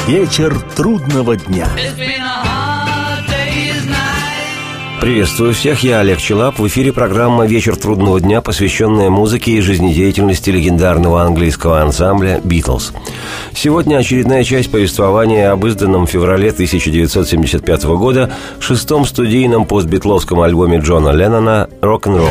Вечер трудного дня. Приветствую всех, я Олег Челап. В эфире программа «Вечер трудного дня», посвященная музыке и жизнедеятельности легендарного английского ансамбля «Битлз». Сегодня очередная часть повествования об изданном в феврале 1975 года шестом студийном постбитловском альбоме Джона Леннона «Рок-н-ролл».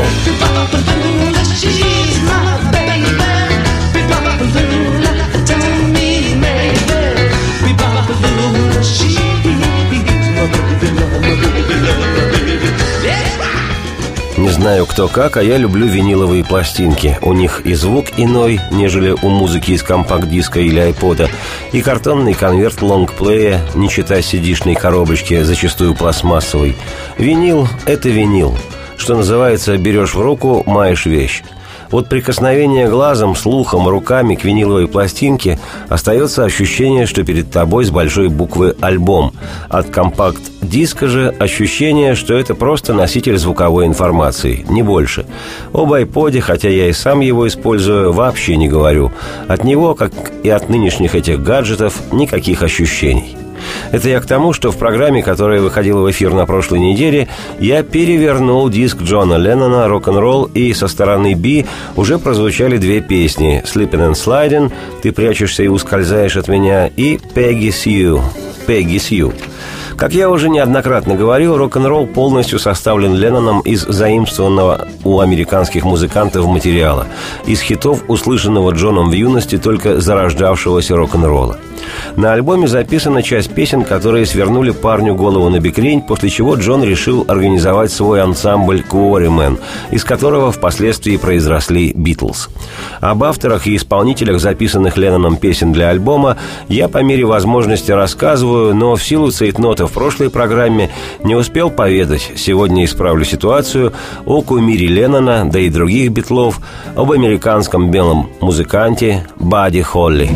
Не знаю, кто как, а я люблю виниловые пластинки. У них и звук иной, нежели у музыки из компакт-диска или айпода, и картонный конверт лонгплея, не считая CD-шной коробочки, зачастую пластмассовой. Винил – это винил. Что называется, берешь в руку – маешь вещь. От прикосновения глазом, слухом, руками к виниловой пластинке остается ощущение, что перед тобой с большой буквы «альбом». От компакт-диска же ощущение, что это просто носитель звуковой информации, не больше. Об айподе, хотя я и сам его использую, вообще не говорю. От него, как и от нынешних этих гаджетов, никаких ощущений. Это я к тому, что в программе, которая выходила в эфир на прошлой неделе, я перевернул диск Джона Леннона «Рок-н-ролл», и со стороны B уже прозвучали две песни «Slippin' and Slidin'», «Ты прячешься и ускользаешь от меня» и «Peggy Sue». Как я уже неоднократно говорил, рок-н-ролл полностью составлен Ленноном из заимствованного у американских музыкантов материала, из хитов, услышанного Джоном в юности только зарождавшегося рок-н-ролла. На альбоме записана часть песен, которые свернули парню голову на бекрень, после чего Джон решил организовать свой ансамбль «Quarrymen», из которого впоследствии произросли «Битлз». Об авторах и исполнителях записанных Ленноном песен для альбома я по мере возможности рассказываю, но в силу цейтнота в прошлой программе не успел поведать. Сегодня исправлю ситуацию о кумире Леннона, да и других битлов, об американском белом музыканте Бадди Холли.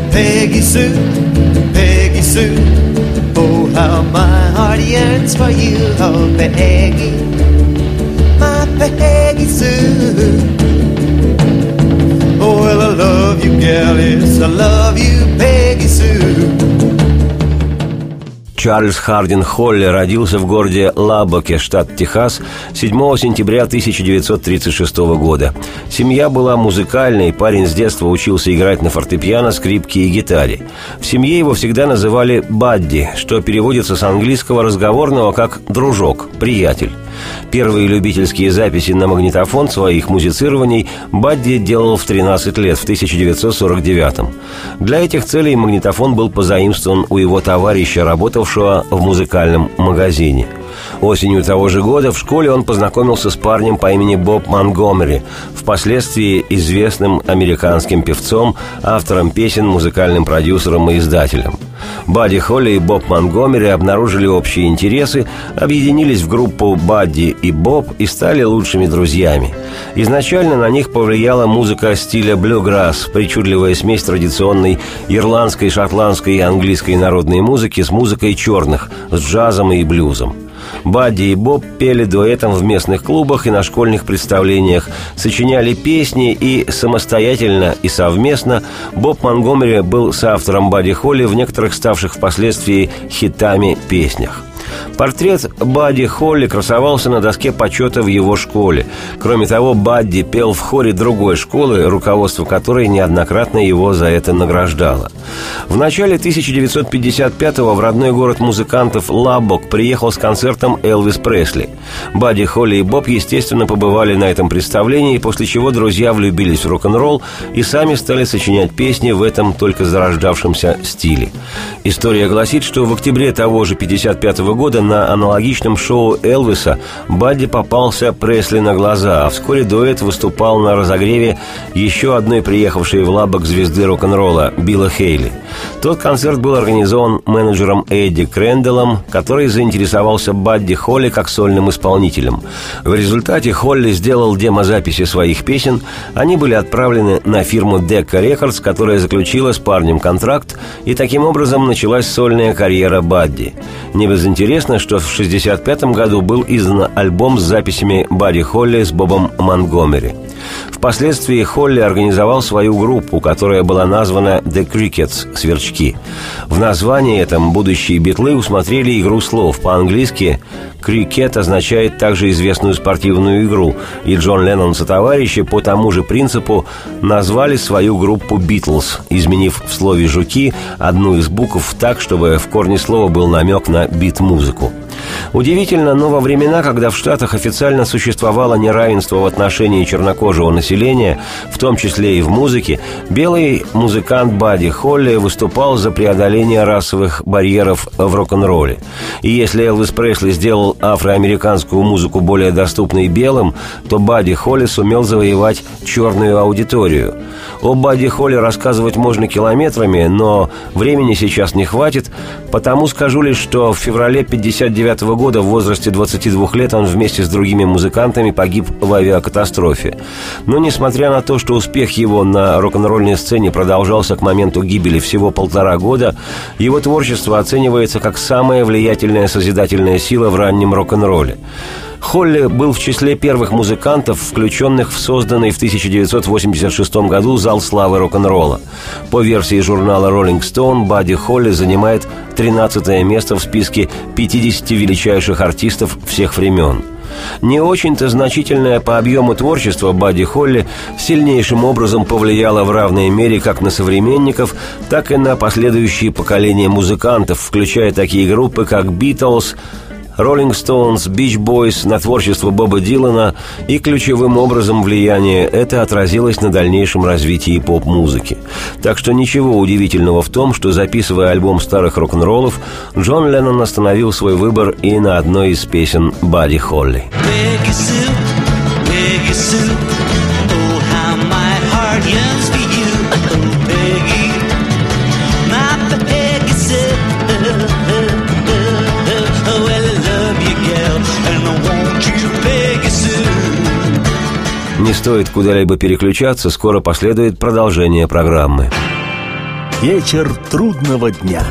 Peggy Sue, oh how my heart yearns for you, oh Peggy, my Peggy Sue. Oh well, I love you, gal, yes, I love you, Peggy Sue. Чарльз Хардин Холли родился в городе Лабоке, штат Техас, 7 сентября 1936 года. Семья была музыкальной, парень с детства учился играть на фортепиано, скрипке и гитаре. В семье его всегда называли «Бадди», что переводится с английского разговорного как «дружок», «приятель». Первые любительские записи на магнитофон своих музицирований Бадди делал в 13 лет, в 1949-м. Для этих целей магнитофон был позаимствован у его товарища, работавшего в музыкальном магазине. Осенью того же года в школе он познакомился с парнем по имени Боб Монтгомери, впоследствии известным американским певцом, автором песен, музыкальным продюсером и издателем. Бадди Холли и Боб Монтгомери обнаружили общие интересы, объединились в группу «Бадди и Боб» и стали лучшими друзьями. Изначально на них повлияла музыка стиля блюграсс, причудливая смесь традиционной ирландской, шотландской и английской народной музыки с музыкой черных, с джазом и блюзом. Бадди и Боб пели дуэтом в местных клубах и на школьных представлениях, сочиняли песни и самостоятельно и совместно. Боб Монтгомери был соавтором Бадди Холли в некоторых ставших впоследствии хитами песнях. Портрет Бадди Холли красовался на доске почета в его школе. Кроме того, Бадди пел в хоре другой школы, руководство которой неоднократно его за это награждало. В начале 1955-го в родной город музыкантов Лабок приехал с концертом Элвис Пресли. Бадди Холли и Боб, естественно, побывали на этом представлении, после чего друзья влюбились в рок-н-ролл и сами стали сочинять песни в этом только зарождавшемся стиле. История гласит, что в октябре того же 1955 года на аналогичном шоу Элвиса Бадди попался Пресли на глаза, а вскоре дуэт выступал на разогреве еще одной приехавшей в Лабок звезды рок-н-ролла Билла Хейли. Тот концерт был организован менеджером Эдди Крэндаллом, который заинтересовался Бадди Холли как сольным исполнителем. В результате Холли сделал демозаписи своих песен, они были отправлены на фирму Decca Records, которая заключила с парнем контракт, и таким образом началась сольная карьера Бадди. Не безинтересно, что в 1965 году был издан альбом с записями Бадди Холли с Бобом Монтгомери. Впоследствии Холли организовал свою группу, которая была названа «The Crickets» – «Сверчки». В названии этом будущие битлы усмотрели игру слов. По-английски «крикет» означает также известную спортивную игру, и Джон Леннон со товарищи по тому же принципу назвали свою группу «Битлз», изменив в слове «жуки» одну из букв так, чтобы в корне слова был намек на бит-музыку. Удивительно, но во времена, когда в Штатах официально существовало неравенство в отношении чернокожего населения, в том числе и в музыке, белый музыкант Бадди Холли выступал за преодоление расовых барьеров в рок-н-ролле. И если Элвис Пресли сделал афроамериканскую музыку более доступной белым, то Бадди Холли сумел завоевать черную аудиторию. О Бадди Холли рассказывать можно километрами, но времени сейчас не хватит, потому скажу лишь, что в феврале 1959 года в возрасте 22 лет он вместе с другими музыкантами погиб в авиакатастрофе. Но несмотря на то, что успех его на рок-н-ролльной сцене продолжался к моменту гибели всего 1,5 года, его творчество оценивается как самая влиятельная созидательная сила в раннем рок-н-ролле. Холли был в числе первых музыкантов, включенных в созданный в 1986 году зал славы рок-н-ролла. По версии журнала Rolling Stone, Бадди Холли занимает 13-е место в списке 50 величайших артистов всех времен. Не очень-то значительное по объему творчество Бадди Холли сильнейшим образом повлияло в равной мере как на современников, так и на последующие поколения музыкантов, включая такие группы, как «Битлз», Rolling Stones, Beach Boys, на творчество Боба Дилана, и ключевым образом влияние это отразилось на дальнейшем развитии поп-музыки. Так что ничего удивительного в том, что, записывая альбом старых рок-н-роллов, Джон Леннон остановил свой выбор и на одной из песен Бадди Холли. Не стоит куда-либо переключаться, скоро последует продолжение программы. Вечер трудного дня.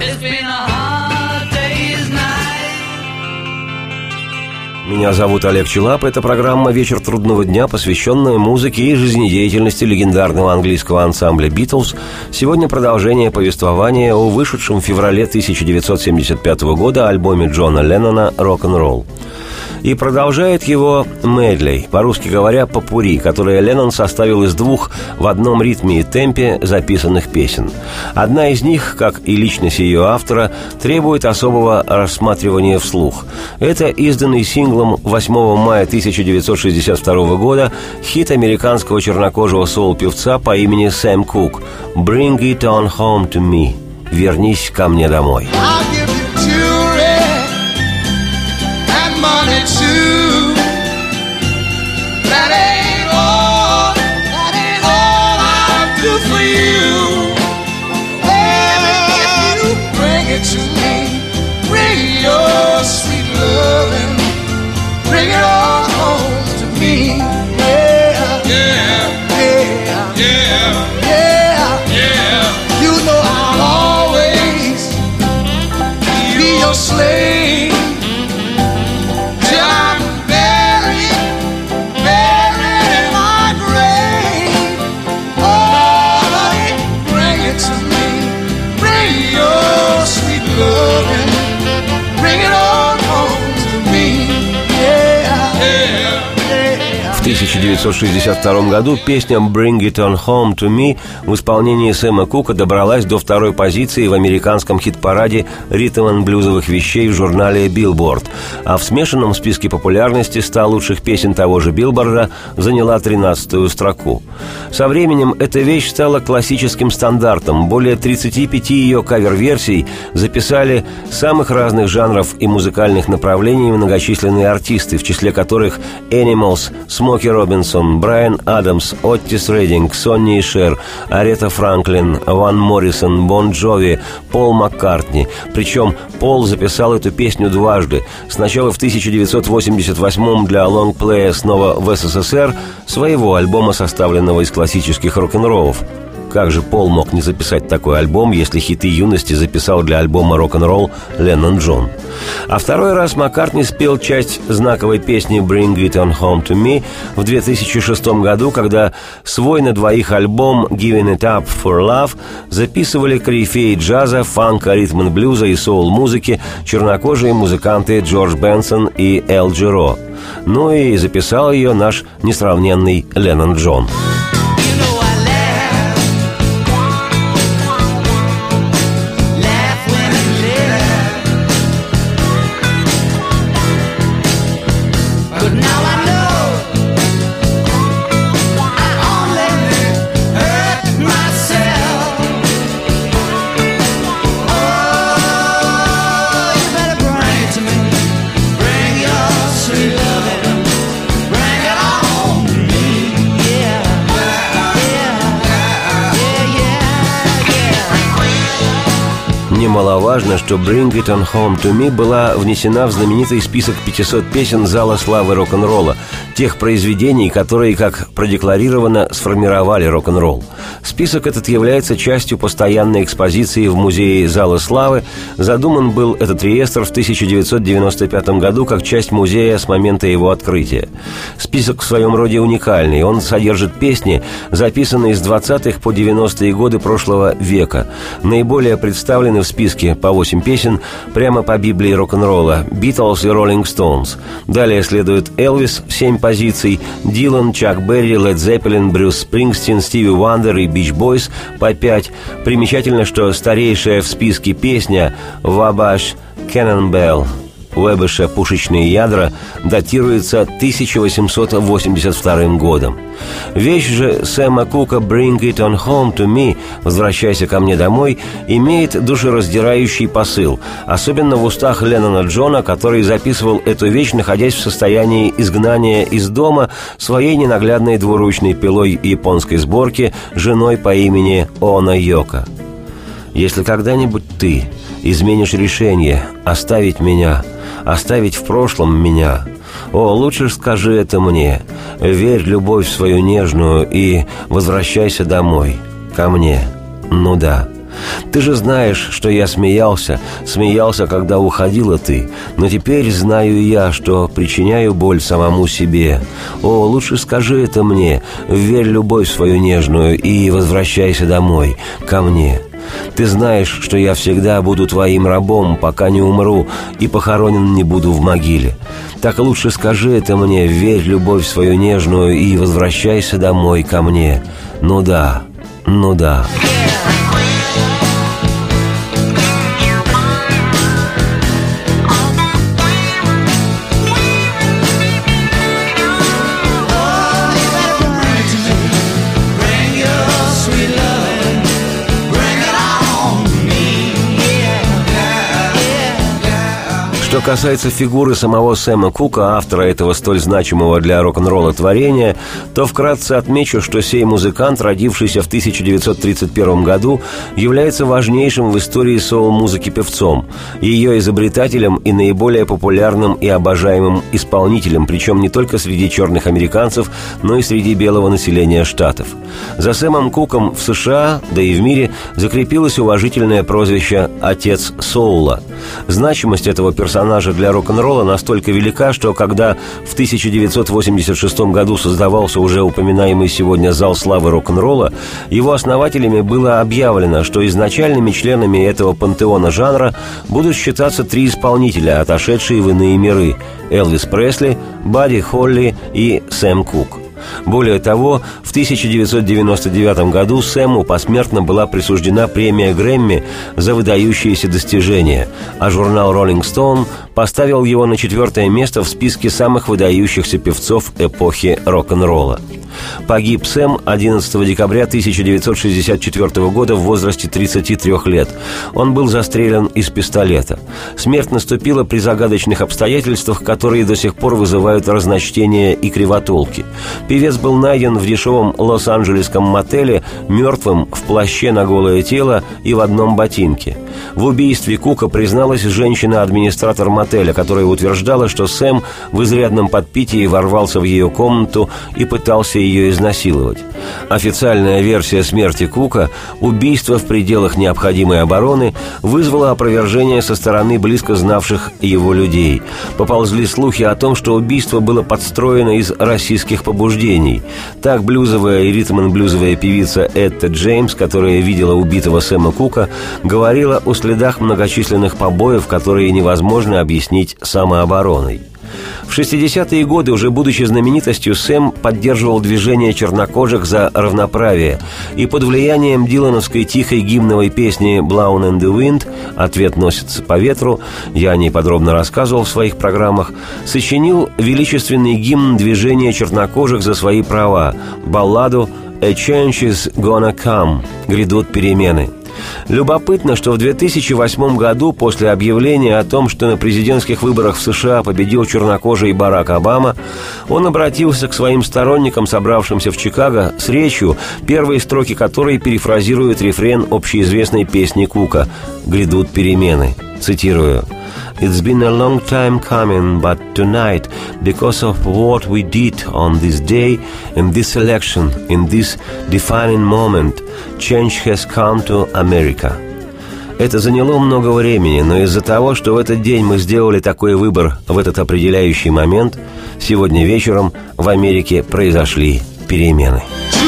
Меня зовут Олег Челап. Это программа «Вечер трудного дня», посвященная музыке и жизнедеятельности легендарного английского ансамбля «Битлз». Сегодня продолжение повествования о вышедшем в феврале 1975 года альбоме Джона Леннона «Рок-н-ролл». И продолжает его медлей, по-русски говоря, попурри, которое Леннон составил из 2 в одном ритме и темпе записанных песен. Одна из них, как и личность ее автора, требует особого рассматривания вслух. Это изданный синглом 8 мая 1962 года хит американского чернокожего соул-певца по имени Сэм Кук «Bring it on home to me» – «Вернись ко мне домой». Money too. That ain't all I'll do for you. If you bring it to me, bring your sweet loving, bring it all home to me. Yeah, yeah, yeah, yeah, yeah, yeah. You know I'll always be your slave. В 1962 году песня «Bring it on home to me» в исполнении Сэма Кука добралась до 2-й позиции в американском хит-параде ритм-н-блюзовых вещей в журнале Billboard, а в смешанном списке популярности 100 лучших песен того же Билборда заняла 13-ю строку. Со временем эта вещь стала классическим стандартом. Более 35 ее кавер-версий записали самых разных жанров и музыкальных направлений многочисленные артисты, в числе которых Animals, Смоки Робинсон, Брайан Адамс, Оттис Реддинг, Сонни и Шер, Арета Франклин, Ван Моррисон, Бон Джови, Пол Маккартни. Причем Пол записал эту песню дважды. Сначала в 1988 для лонгплея «Снова в СССР» своего альбома, составленного из классических рок-н-роллов. Как же Пол мог не записать такой альбом, если хиты юности записал для альбома «Рок-н-ролл» Леннон Джон? А второй раз Маккартни спел часть знаковой песни «Bring It On Home To Me» в 2006 году, когда свой на двоих альбом «Giving It Up For Love» записывали корифеи джаза, фанка, ритм-н-блюза и соул-музыки чернокожие музыканты Джордж Бенсон и Эл Джиро. Ну и записал ее наш несравненный Леннон Джон. Немаловажно, что «Bring It On Home To Me» была внесена в знаменитый список 500 песен Зала славы рок-н-ролла, тех произведений, которые, как продекларировано, сформировали рок-н-ролл. Список этот является частью постоянной экспозиции в музее Зала славы. Задуман был этот реестр в 1995 году как часть музея с момента его открытия. Список в своем роде уникальный. Он содержит песни, записанные с 20-х по 90-е годы прошлого века. Наиболее представлены в списке по 8 песен прямо по Библии рок-н-ролла: «Битлз» и «Роллинг Стоунс». Далее следует Элвис в 7 позиций, Дилан, Чак Берри, Лед Зеппелин, Брюс Спрингстин, Стиви Вандер и Бич Бойс по 5. Примечательно, что старейшая в списке песня «Wabash Cannonball» Уэббеша «Пушечные ядра» датируется 1882 годом. Вещь же Сэма Кука «Bring It On Home To Me» «Возвращайся ко мне домой» имеет душераздирающий посыл, особенно в устах Леннона Джона, который записывал эту вещь, находясь в состоянии изгнания из дома своей ненаглядной двуручной пилой японской сборки, женой по имени Оно Йоко. «Если когда-нибудь ты изменишь решение оставить меня, оставить в прошлом меня, о, лучше скажи это мне, верь любовь свою нежную и возвращайся домой, ко мне, ну да. Ты же знаешь, что я смеялся, когда уходила ты, но теперь знаю я, что причиняю боль самому себе. О, лучше скажи это мне, верь любовь свою нежную и возвращайся домой, ко мне. Ты знаешь, что я всегда буду твоим рабом, пока не умру и похоронен не буду в могиле. Так лучше скажи это мне, верь любовь свою нежную и возвращайся домой ко мне. Ну да, ну да». Что касается фигуры самого Сэма Кука, автора этого столь значимого для рок-н-ролла творения, то вкратце отмечу, что сей музыкант, родившийся в 1931 году, является важнейшим в истории соул-музыки певцом, ее изобретателем и наиболее популярным и обожаемым исполнителем, причем не только среди черных американцев, но и среди белого населения Штатов. За Сэмом Куком в США, да и в мире, закрепилось уважительное прозвище «Отец соула». Значимость этого персонажа для рок-н-ролла настолько велика, что когда в 1986 году создавался уже упоминаемый сегодня Зал славы рок-н-ролла, его основателями было объявлено, что изначальными членами этого пантеона жанра будут считаться 3 исполнителя, отошедшие в иные миры: Элвис Пресли, Бадди Холли и Сэм Кук. Более того, в 1999 году Сэму посмертно была присуждена премия Грэмми за выдающиеся достижения, а журнал Rolling Stone поставил его на 4-е место в списке самых выдающихся певцов эпохи рок-н-ролла. Погиб Сэм 11 декабря 1964 года в возрасте 33 лет. Он был застрелен из пистолета. Смерть наступила при загадочных обстоятельствах, которые до сих пор вызывают разночтения и кривотолки. Певец был найден в дешевом лос-анджелесском мотеле мертвым в плаще на голое тело и в одном ботинке. В убийстве Кука призналась женщина-администратор мотеля, которая утверждала, что Сэм в изрядном подпитии ворвался в ее комнату и пытался ее изнасиловать. Официальная версия смерти Кука, убийство в пределах необходимой обороны, вызвало опровержение со стороны близко знавших его людей. Поползли слухи о том, что убийство было подстроено из расистских побуждений. Так блюзовая и ритм-н-блюзовая певица Этта Джеймс, которая видела убитого Сэма Кука, говорила о следах многочисленных побоев, которые невозможно объяснить самообороной. В 60-е годы, уже будучи знаменитостью, Сэм поддерживал движение чернокожих за равноправие и под влиянием дилановской тихой гимновой песни «Blown in the Wind» «Ответ носится по ветру», я о ней подробно рассказывал в своих программах, сочинил величественный гимн движения чернокожих за свои права, балладу «A change is gonna come» «Грядут перемены». Любопытно, что в 2008 году, после объявления о том, что на президентских выборах в США победил чернокожий Барак Обама, он обратился к своим сторонникам, собравшимся в Чикаго, с речью, первые строки которой перефразируют рефрен общеизвестной песни Кука «Грядут перемены». Цитирую: «It's been a long time coming, but tonight, because of what we did on this day, in this election, in this defining moment, change has come to America». Это заняло много времени, но из-за того, что в этот день мы сделали такой выбор в этот определяющий момент, сегодня вечером в Америке произошли перемены.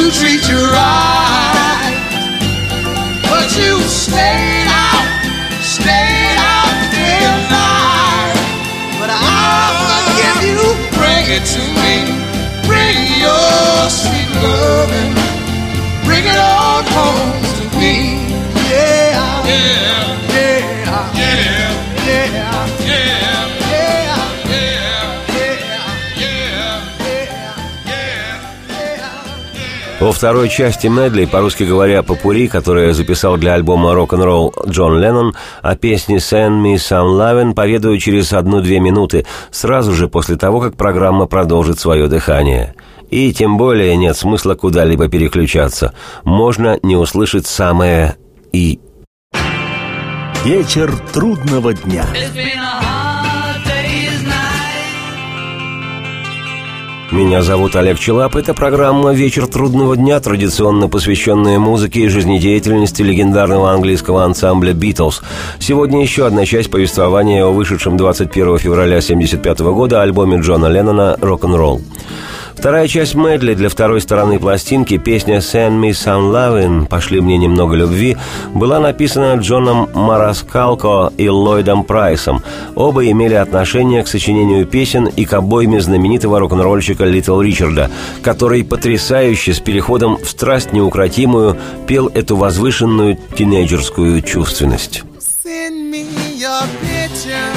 Bring it to me, bring your sweet loving, bring it on home to me. Yeah, yeah, yeah, yeah, yeah, yeah, Во второй части медли, по-русски говоря, попурри, которое записал для альбома «Рок-н-ролл» Джон Леннон, о песне «Send Me Some Lovin'» поведаю через 1-2 минуты, сразу же после того, как программа продолжит свое дыхание. И тем более нет смысла куда-либо переключаться. Можно не услышать самое и... Вечер трудного дня. Меня зовут Олег Челап. Это программа «Вечер трудного дня», традиционно посвященная музыке и жизнедеятельности легендарного английского ансамбля «Битлз». Сегодня еще одна часть повествования о вышедшем 21 февраля 1975 года альбоме Джона Леннона «Рок-н-ролл». Вторая часть медли для второй стороны пластинки, песня «Send Me Some Lovin'» «Пошли мне немного любви», была написана Джоном Мараскалко и Ллойдом Прайсом. Оба имели отношение к сочинению песен и к обойме знаменитого рок-н-ролльщика Литл Ричарда, который потрясающе, с переходом в страсть неукротимую, пел эту возвышенную тинейджерскую чувственность. Send me your picture.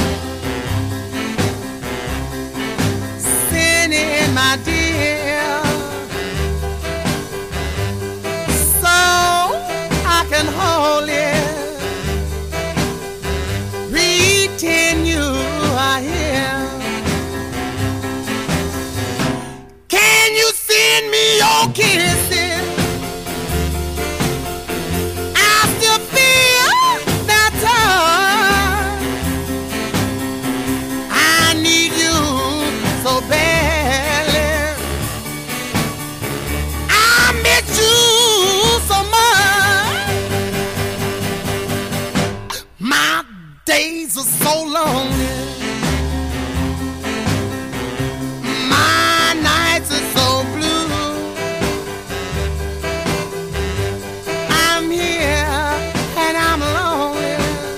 Send it, my dear, so I can hold it. Pretend you are here. Can you send me your kisses? I still feel that touch. I need you so badly. I miss you so much. My days are so lonely. My nights are so blue. I'm here and I'm lonely.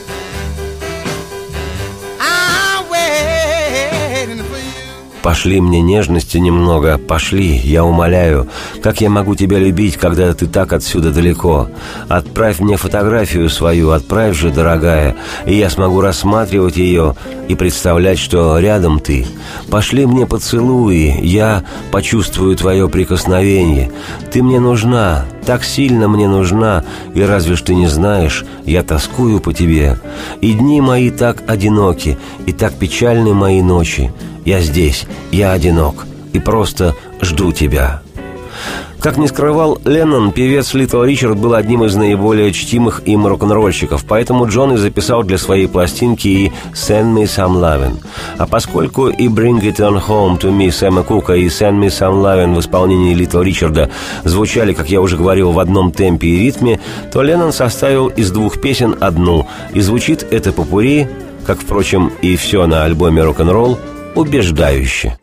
I'm waiting for you. «Пошли мне нежности немного, пошли, я умоляю. Как я могу тебя любить, когда ты так отсюда далеко? Отправь мне фотографию свою, отправь же, дорогая, и я смогу рассматривать ее и представлять, что рядом ты. Пошли мне поцелуи, я почувствую твое прикосновение. Ты мне нужна, так сильно мне нужна, и разве ж ты не знаешь, я тоскую по тебе. И дни мои так одиноки, и так печальны мои ночи. Я здесь, я одинок, и просто жду тебя». Как не скрывал Леннон, певец Литл Ричард был одним из наиболее чтимых им рок-н-ролльщиков, поэтому Джон и записал для своей пластинки и «Send Me Some Lovin'». А поскольку и «Bring It On Home To Me» Сэма Кука и «Send Me Some Lovin'» в исполнении Литл Ричарда звучали, как я уже говорил, в одном темпе и ритме, то Леннон составил из двух песен одну, и звучит это попурри, как, впрочем, и все на альбоме «Рок-н-ролл», убеждающе.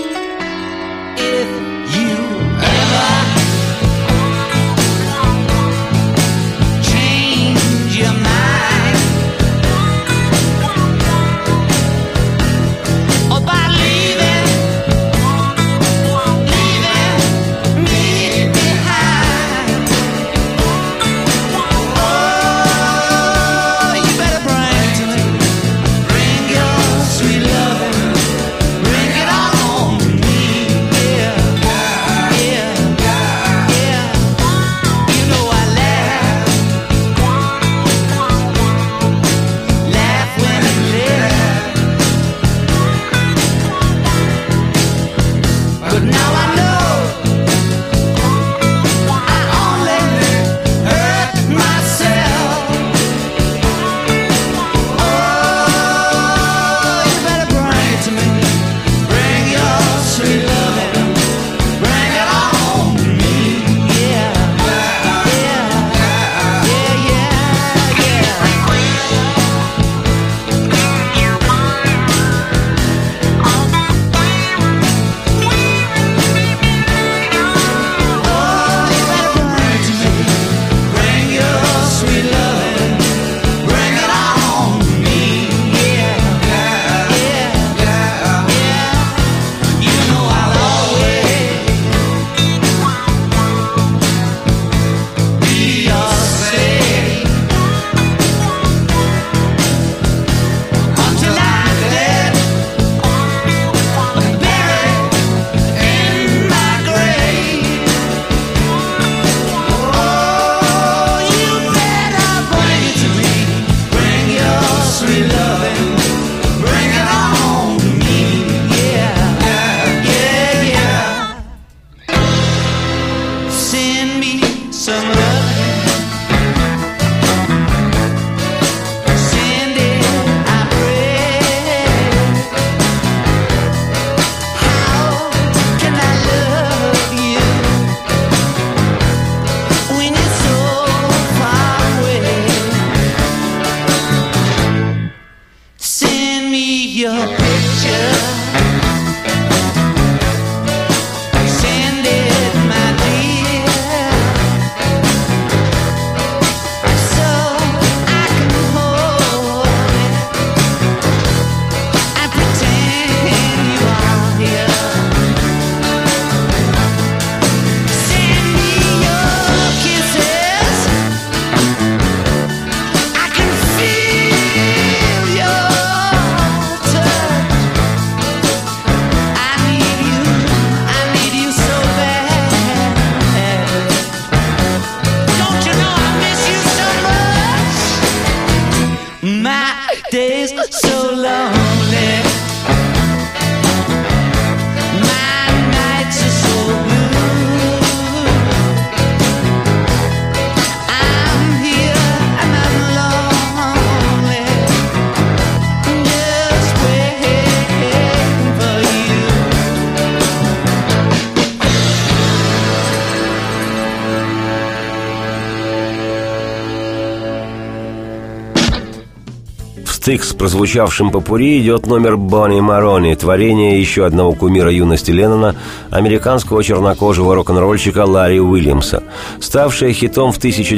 стык с прозвучавшим попурри идет номер «Бонни Марони», творение еще одного кумира юности Леннона, американского чернокожего рок-н-ролльщика Ларри Уильямса. Ставшая хитом в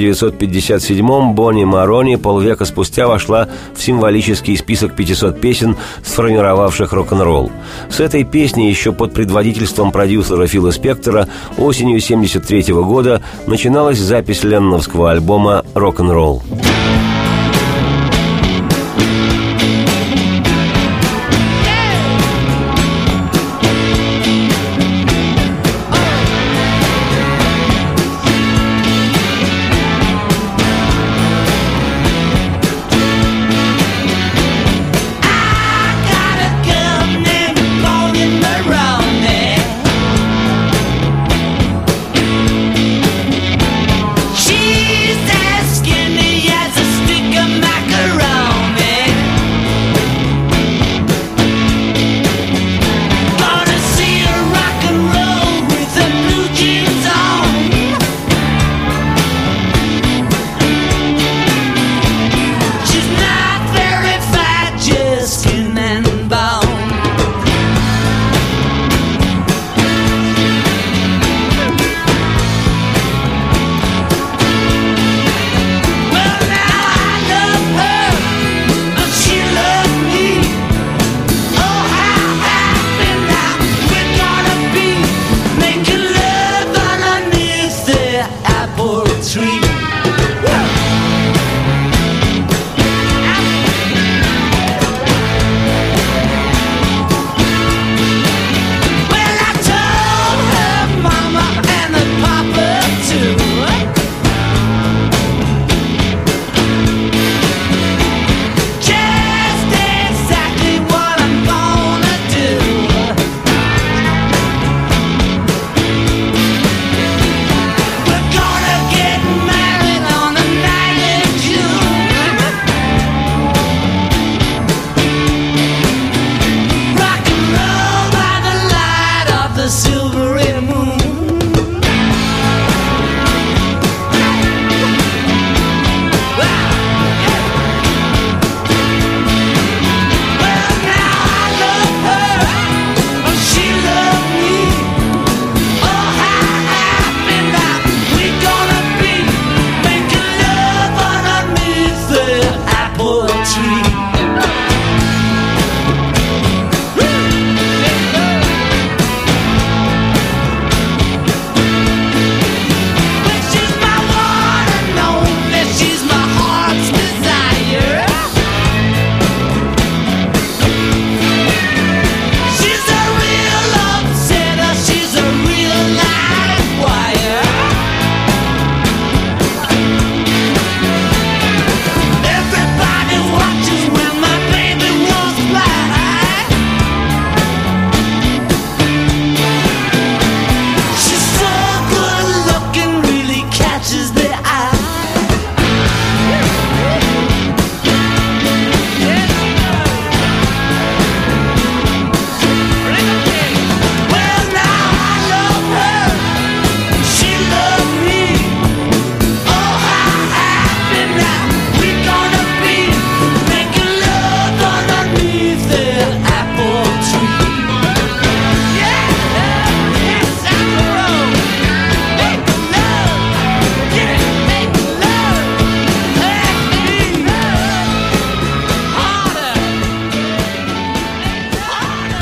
1957-м, «Бонни Марони» полвека спустя вошла в символический список 500 песен, сформировавших рок-н-ролл. С этой песней еще под предводительством продюсера Фила Спектора осенью 1973 года начиналась запись ленноновского альбома «Рок-н-ролл».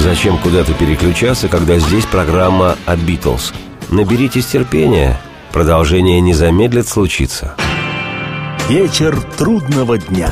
Зачем куда-то переключаться, когда здесь программа о «Битлз»? Наберитесь терпения, продолжение не замедлит случиться. Вечер трудного дня.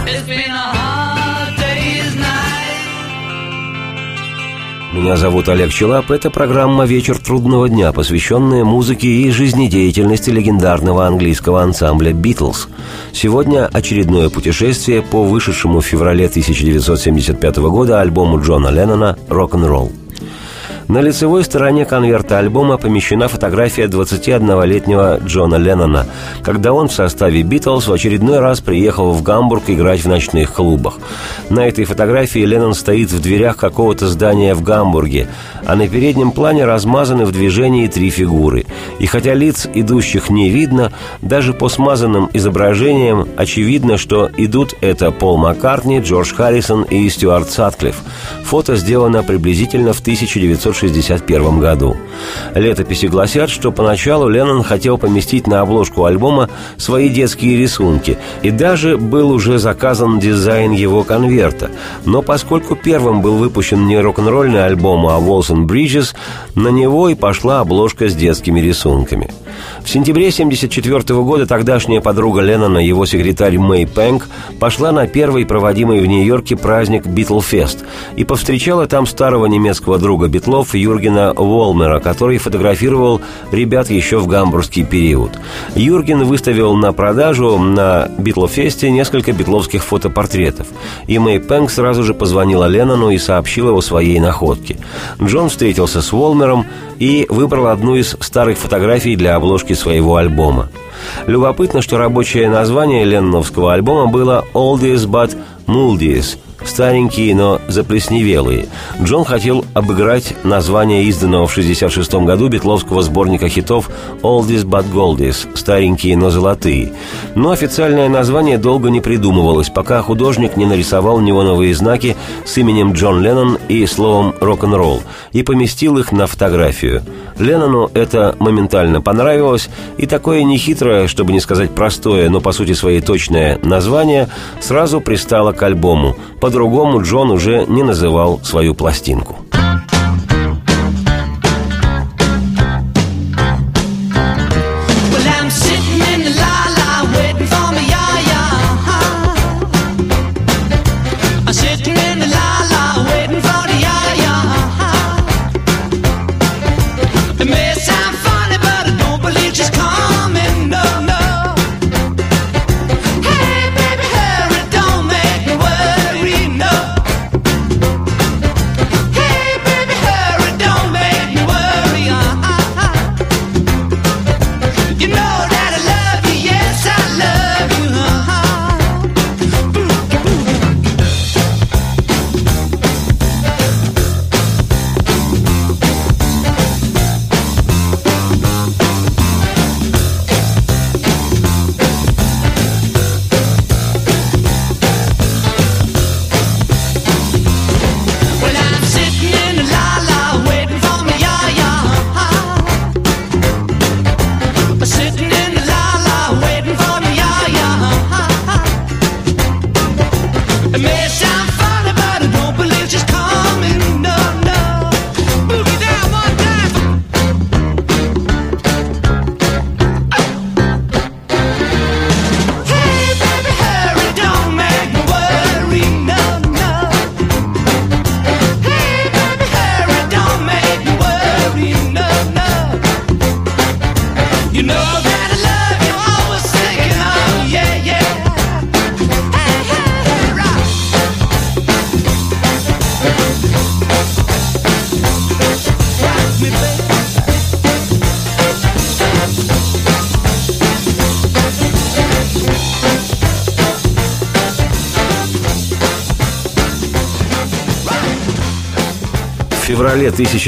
Меня зовут Олег Челап. Это программа «Вечер трудного дня», посвященная музыке и жизнедеятельности легендарного английского ансамбля «Битлз». Сегодня очередное путешествие по вышедшему в феврале 1975 года альбому Джона Леннона «Рок-н-ролл». На лицевой стороне конверта альбома помещена фотография 21-летнего Джона Леннона, когда он в составе «Битлз» в очередной раз приехал в Гамбург играть в ночных клубах. На этой фотографии Леннон стоит в дверях какого-то здания в Гамбурге, а на переднем плане размазаны в движении 3 фигуры. И хотя лиц идущих не видно, даже по смазанным изображениям очевидно, что идут это Пол Маккартни, Джордж Харрисон и Стюарт Сатклифф. Фото сделано приблизительно в 1961 году. Летописи гласят, что поначалу Леннон хотел поместить на обложку альбома свои детские рисунки, и даже был уже заказан дизайн его конверта. Но поскольку первым был выпущен не рок-н-ролльный альбом, а Walls and Bridges, на него и пошла обложка с детскими рисунками. В сентябре 1974 года тогдашняя подруга Леннона, его секретарь Мэй Пэнк, пошла на первый проводимый в Нью-Йорке праздник «Битлфест» и повстречала там старого немецкого друга Битлов Юргена Волмера, который фотографировал ребят еще в гамбургский период. Юрген выставил на продажу на Битлфесте несколько битловских фотопортретов, и Мэй Пэнк сразу же позвонила Леннону и сообщила о своей находке. Джон встретился с Волмером и выбрал одну из старых фотографий для обложки своего альбома. Любопытно, что рабочее название ленноновского альбома было «Oldies but Mouldies», старенькие, но заплесневелые. Джон хотел обыграть название изданного в 1966 году битловского сборника хитов «Oldies but Goldies», старенькие, но золотые. Но официальное название долго не придумывалось, пока художник не нарисовал неоновые знаки с именем Джон Леннон и словом «рок-н-ролл» и поместил их на фотографию. Леннону это моментально понравилось, и такое нехитрое, чтобы не сказать простое, но по сути своей точное название сразу пристало к альбому. По-другому Джон уже не называл свою пластинку. В феврале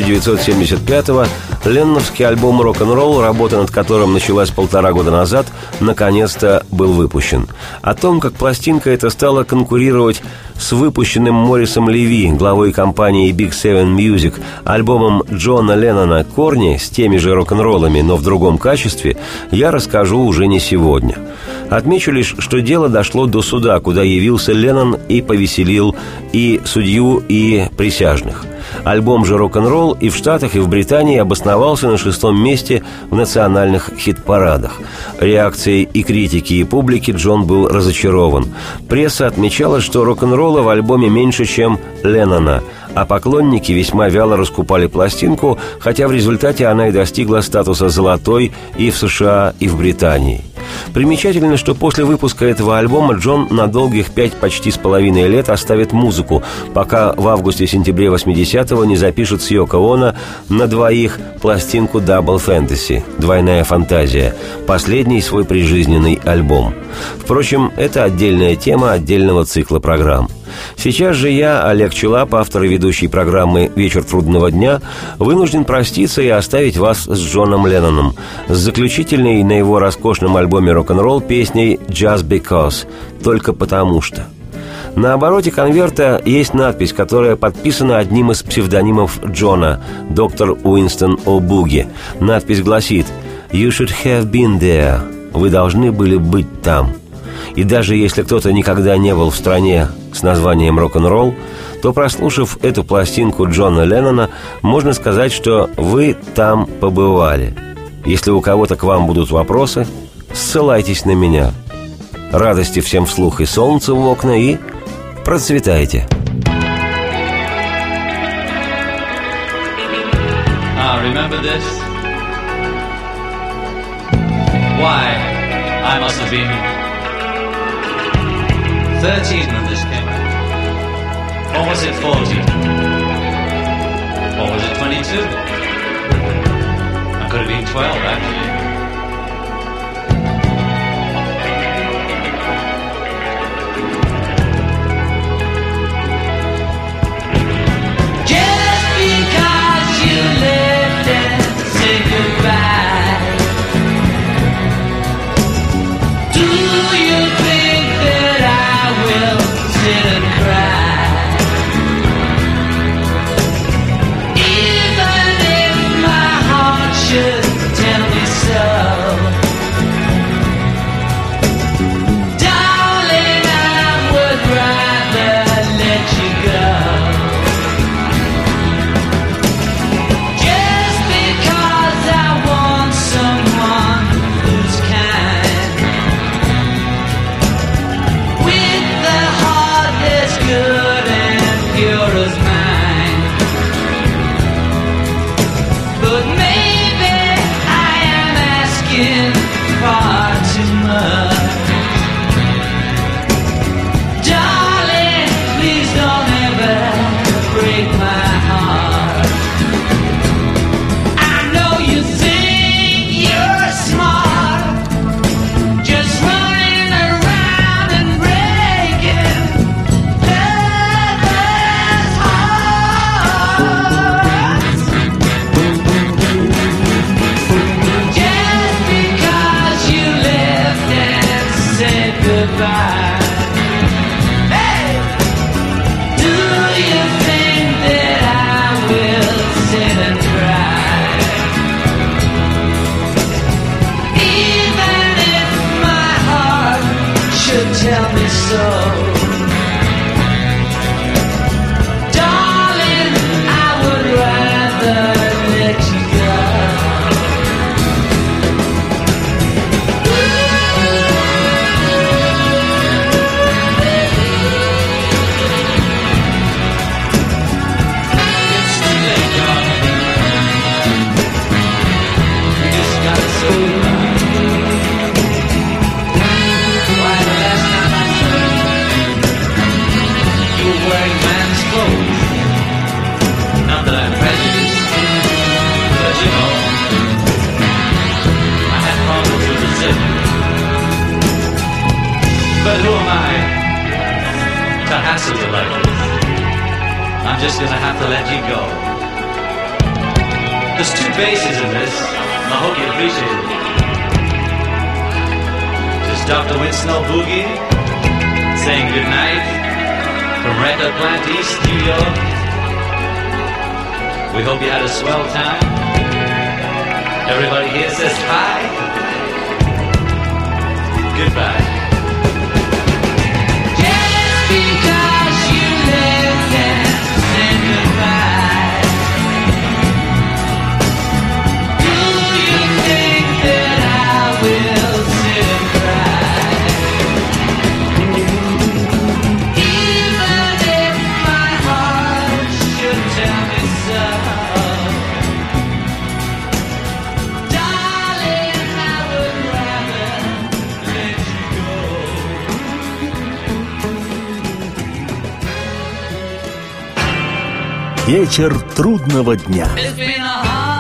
1975-го ленноновский альбом «Рок-н-ролл», работа над которым началась 1,5 года назад, наконец-то был выпущен. О том, как пластинка эта стала конкурировать с выпущенным Моррисом Леви, главой компании Big Seven Music, альбомом Джона Леннона «Корни» с теми же рок-н-роллами, но в другом качестве, я расскажу уже не сегодня. Отмечу лишь, что дело дошло до суда, куда явился Леннон и повеселил и судью, и присяжных. Альбом же «Рок-н-ролл» и в Штатах, и в Британии обосновался на 6-м месте в национальных хит-парадах. Реакцией и критики, и публики Джон был разочарован. Пресса отмечала, что рок-н-ролла в альбоме меньше, чем Леннона, а поклонники весьма вяло раскупали пластинку, хотя в результате она и достигла статуса золотой и в США, и в Британии. Примечательно, что после выпуска этого альбома Джон на долгих 5 почти с половиной лет оставит музыку, пока в августе-сентябре 80-го не запишет с Йоко Оно на двоих пластинку «Double Fantasy» – «Двойная фантазия», последний свой прижизненный альбом. Впрочем, это отдельная тема отдельного цикла программ. Сейчас же я, Олег Челап, автор и ведущий программы «Вечер трудного дня», вынужден проститься и оставить вас с Джоном Ленноном, с заключительной на его роскошном альбоме «Рок-н-ролл» песней «Just Because» – «Только потому что». На обороте конверта есть надпись, которая подписана одним из псевдонимов Джона, доктор Уинстон О'Буги. Надпись гласит «You should have been there» – «Вы должны были быть там». И даже если кто-то никогда не был в стране с названием «Рок-н-ролл», то, прослушав эту пластинку Джона Леннона, можно сказать, что вы там побывали. Если у кого-то к вам будут вопросы, ссылайтесь на меня. Радости всем вслух и солнца в окна, и процветайте! Remember this? Why, I must have been 13 when this came out. Or was it 40? Or was it 22? I could have been 12, actually. Just because you lived and said goodbye, do you think that I will sit and cry? Even if my heart should tell me so, darling, I would rather let you go. Just because I want someone who's kind, with the heart that's good and pure as mine. But maybe I am asking far too much. Darling, please don't ever break my heart. I know you think you're smart, just running around and breaking others' hearts. Just because you left and said goodbye. Hey, do you think that I will sit and cry? Even if my heart should tell me so, darling, I would rather let you go. It's too late, darling. You just gotta say goodbye. Why, the last time I saw you were wearing man's clothes. Not that I'm prejudiced, but you know, I had problems with the zip. But who am I to hassle you like this? I'm just gonna have to let you go. There's two bases in this, and I hope you appreciate it. There's Dr. Winston O'Boogie saying goodnight from Record Plant East, New York. We hope you had a swell time. Everybody here says hi. Goodbye. Just because you left and said goodbye, Вечер трудного дня. It's been a hard